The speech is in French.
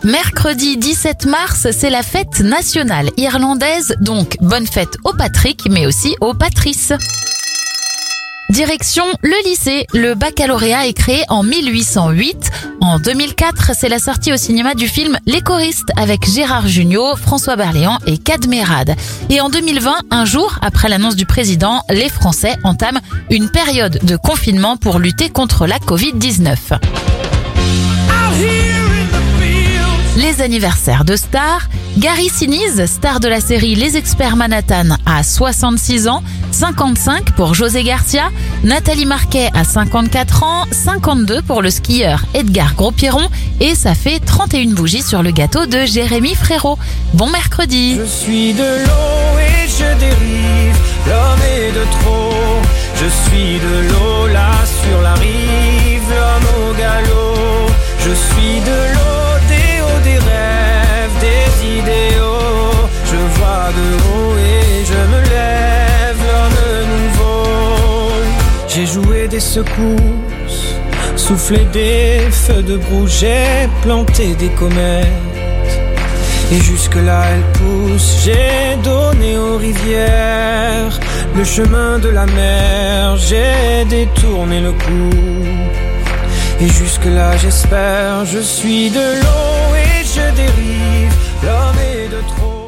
Mercredi 17 mars, c'est la fête nationale irlandaise, donc bonne fête aux Patrick, mais aussi aux Patrice. Direction le lycée. Le baccalauréat est créé en 1808. En 2004, c'est la sortie au cinéma du film Les choristes avec Gérard Jugnot, François Berléand et Cadmerade. Et en 2020, un jour après l'annonce du président, les Français entament une période de confinement pour lutter contre la Covid-19. Les anniversaires de stars. Gary Sinise, star de la série Les Experts Manhattan, a 66 ans, 55 pour José Garcia, Nathalie Marquet a 54 ans, 52 pour le skieur Edgar Gros-Pierron et ça fait 31 bougies sur le gâteau de Jérémy Frérot. Bon mercredi. Je suis de l'eau et je dérive, l'homme est de trop. Je suis de l'eau là sur la rive, l'homme au galop. Je suis de l'eau, des hauts, des rêves, des idéaux. Je vois de haut et je me lève, l'homme nouveau. J'ai joué des secousses, soufflé des feux de proue, j'ai planté des comètes. Et jusque-là elles poussent, j'ai donné aux rivières le chemin de la mer, j'ai détourné le cours. Et jusque-là j'espère, je suis de l'eau et je dérive, l'homme est de trop.